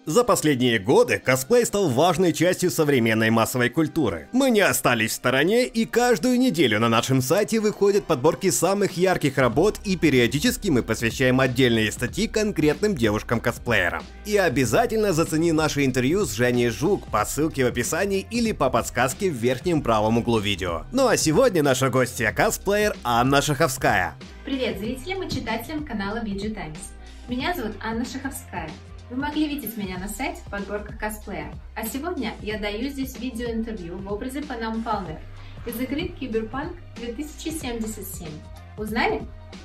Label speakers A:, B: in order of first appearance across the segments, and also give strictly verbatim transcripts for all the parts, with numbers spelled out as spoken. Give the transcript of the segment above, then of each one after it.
A: За последние годы косплей стал важной частью современной массовой культуры. Мы не остались в стороне, и каждую неделю на нашем сайте выходят подборки самых ярких работ, и периодически мы посвящаем отдельные статьи конкретным девушкам-косплеерам. И обязательно зацени наше интервью с Женей Жук по ссылке в описании или по подсказке в верхнем правом углу видео. Ну а сегодня наша гостья косплеер Анна Шаховская.
B: Привет зрителям и читателям канала би джи Times. Меня зовут Анна Шаховская. Вы могли видеть меня на сайте в подборках косплея. А сегодня я даю здесь видеоинтервью в образе Панам Палмер из игры Cyberpunk две тысячи семьдесят семь. Узнали?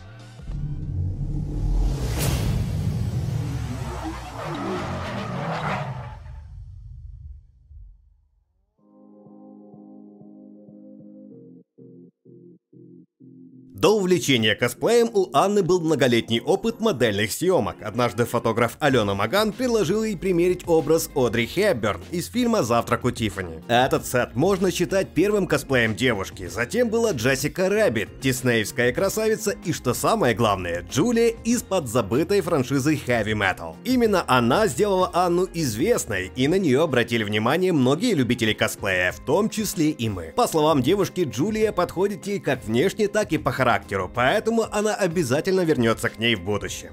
A: До увлечения косплеем у Анны был многолетний опыт модельных съемок. Однажды фотограф Алена Маган предложила ей примерить образ Одри Хепберн из фильма «Завтрак у Тиффани». Этот сет можно считать первым косплеем девушки. Затем была Джессика Рэббит, диснеевская красавица, и, что самое главное, Джулия из подзабытой франшизы Heavy Metal. Именно она сделала Анну известной, и на нее обратили внимание многие любители косплея, в том числе и мы. По словам девушки, Джулия подходит ей как внешне, так и по характеру. Поэтому она обязательно вернется к ней в будущем.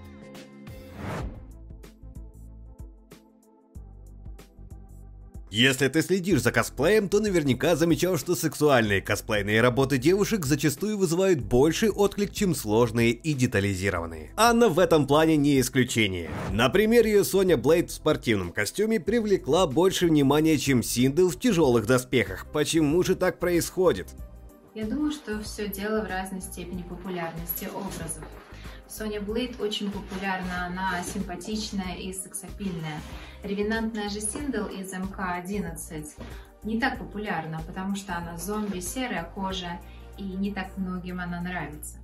A: Если ты следишь за косплеем, то наверняка замечал, что сексуальные косплейные работы девушек зачастую вызывают больший отклик, чем сложные и детализированные. Анна в этом плане не исключение. Например, ее Соня Блейд в спортивном костюме привлекла больше внимания, чем Синдл в тяжелых доспехах. Почему же так происходит?
B: Я думаю, что все дело в разной степени популярности образов. Соня Блейд очень популярна, она симпатичная и сексапильная. Ревенантная же Синдл из эм ка одиннадцать не так популярна, потому что она зомби, серая кожа, и не так многим она нравится.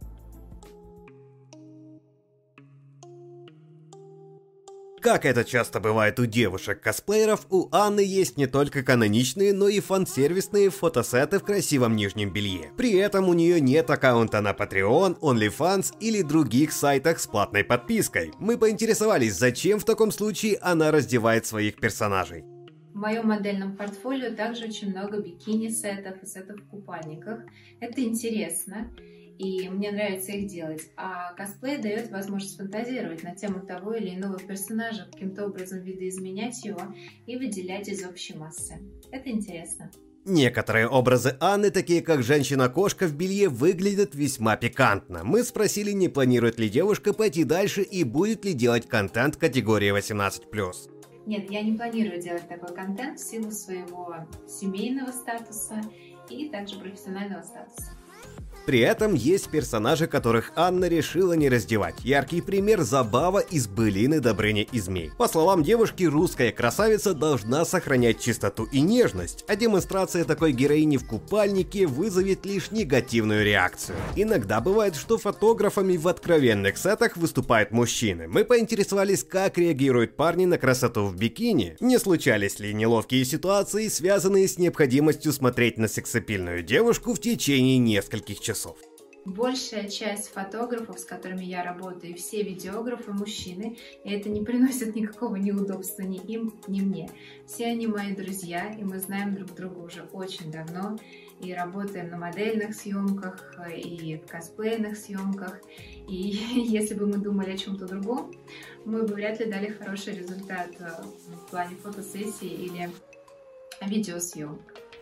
A: Как это часто бывает у девушек-косплееров, у Анны есть не только каноничные, но и фан-сервисные фотосеты в красивом нижнем белье. При этом у нее нет аккаунта на Patreon, OnlyFans или других сайтах с платной подпиской. Мы поинтересовались, зачем в таком случае она раздевает своих персонажей.
B: В моем модельном портфолио также очень много бикини-сетов и сетов в купальниках. Это интересно. И мне нравится их делать, а косплей дает возможность фантазировать на тему того или иного персонажа, каким-то образом видоизменять его и выделять из общей массы. Это интересно.
A: Некоторые образы Анны, такие как женщина-кошка в белье, выглядят весьма пикантно. Мы спросили, не планирует ли девушка пойти дальше и будет ли делать контент категории восемнадцать плюс.
B: Нет, я не планирую делать такой контент в силу своего семейного статуса и также профессионального статуса.
A: При этом есть персонажи, которых Анна решила не раздевать. Яркий пример — Забава из «Былины, Добрыня и Змей». По словам девушки, русская красавица должна сохранять чистоту и нежность, а демонстрация такой героини в купальнике вызовет лишь негативную реакцию. Иногда бывает, что фотографами в откровенных сетах выступают мужчины. Мы поинтересовались, как реагируют парни на красоту в бикини, не случались ли неловкие ситуации, связанные с необходимостью смотреть на сексапильную девушку в течение нескольких часов.
B: Большая часть фотографов, с которыми я работаю, все видеографы мужчины, и это не приносит никакого неудобства ни им, ни мне. Все они мои друзья, и мы знаем друг друга уже очень давно, и работаем на модельных съемках, и в косплейных съемках, и если бы мы думали о чем-то другом, мы бы вряд ли дали хороший результат в плане фотосессии или видеосъемок.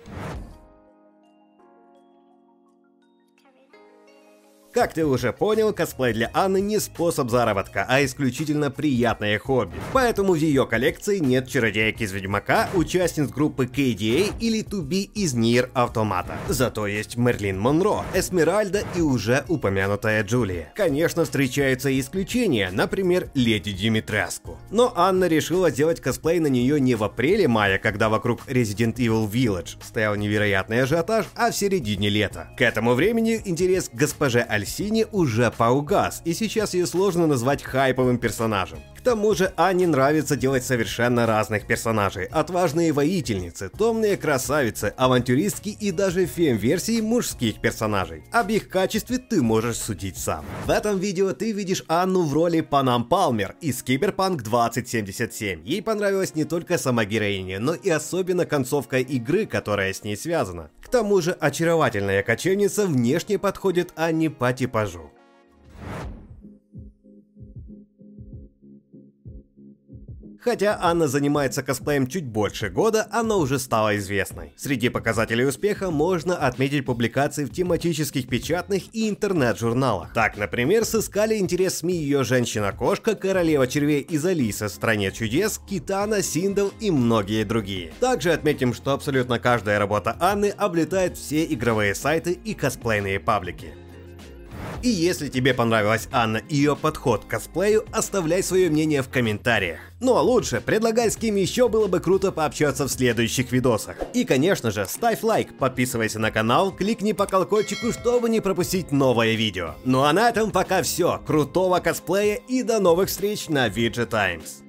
A: Как ты уже понял, косплей для Анны не способ заработка, а исключительно приятное хобби. Поэтому в ее коллекции нет чародеек из Ведьмака, участниц группы кей ди эй или ту би из Нир Автомата. Зато есть Мерлин Монро, Эсмеральда и уже упомянутая Джулия. Конечно, встречаются и исключения, например, Леди Димитреску. Но Анна решила делать косплей на нее не в апреле-мае, когда вокруг Resident Evil Village стоял невероятный ажиотаж, а в середине лета. К этому времени интерес к госпоже Альсине уже поугас, и сейчас ее сложно назвать хайповым персонажем. К тому же Анне нравится делать совершенно разных персонажей. Отважные воительницы, томные красавицы, авантюристки и даже фем-версии мужских персонажей. Об их качестве ты можешь судить сам. В этом видео ты видишь Анну в роли Панам Палмер из Cyberpunk двадцать семьдесят семь. Ей понравилась не только сама героиня, но и особенно концовка игры, которая с ней связана. К тому же очаровательная кочевница внешне подходит Анне по типажу. Хотя Анна занимается косплеем чуть больше года, она уже стала известной. Среди показателей успеха можно отметить публикации в тематических печатных и интернет-журналах. Так, например, сыскали интерес СМИ ее женщина-кошка, королева червей из Алисы в стране чудес, Китана, Синдл и многие другие. Также отметим, что абсолютно каждая работа Анны облетает все игровые сайты и косплейные паблики. И если тебе понравилась Анна и ее подход к косплею, оставляй свое мнение в комментариях. Ну а лучше, предлагай, с кем еще было бы круто пообщаться в следующих видосах. И конечно же, ставь лайк, подписывайся на канал, кликни по колокольчику, чтобы не пропустить новое видео. Ну а на этом пока все. Крутого косплея и до новых встреч на ви джи Times.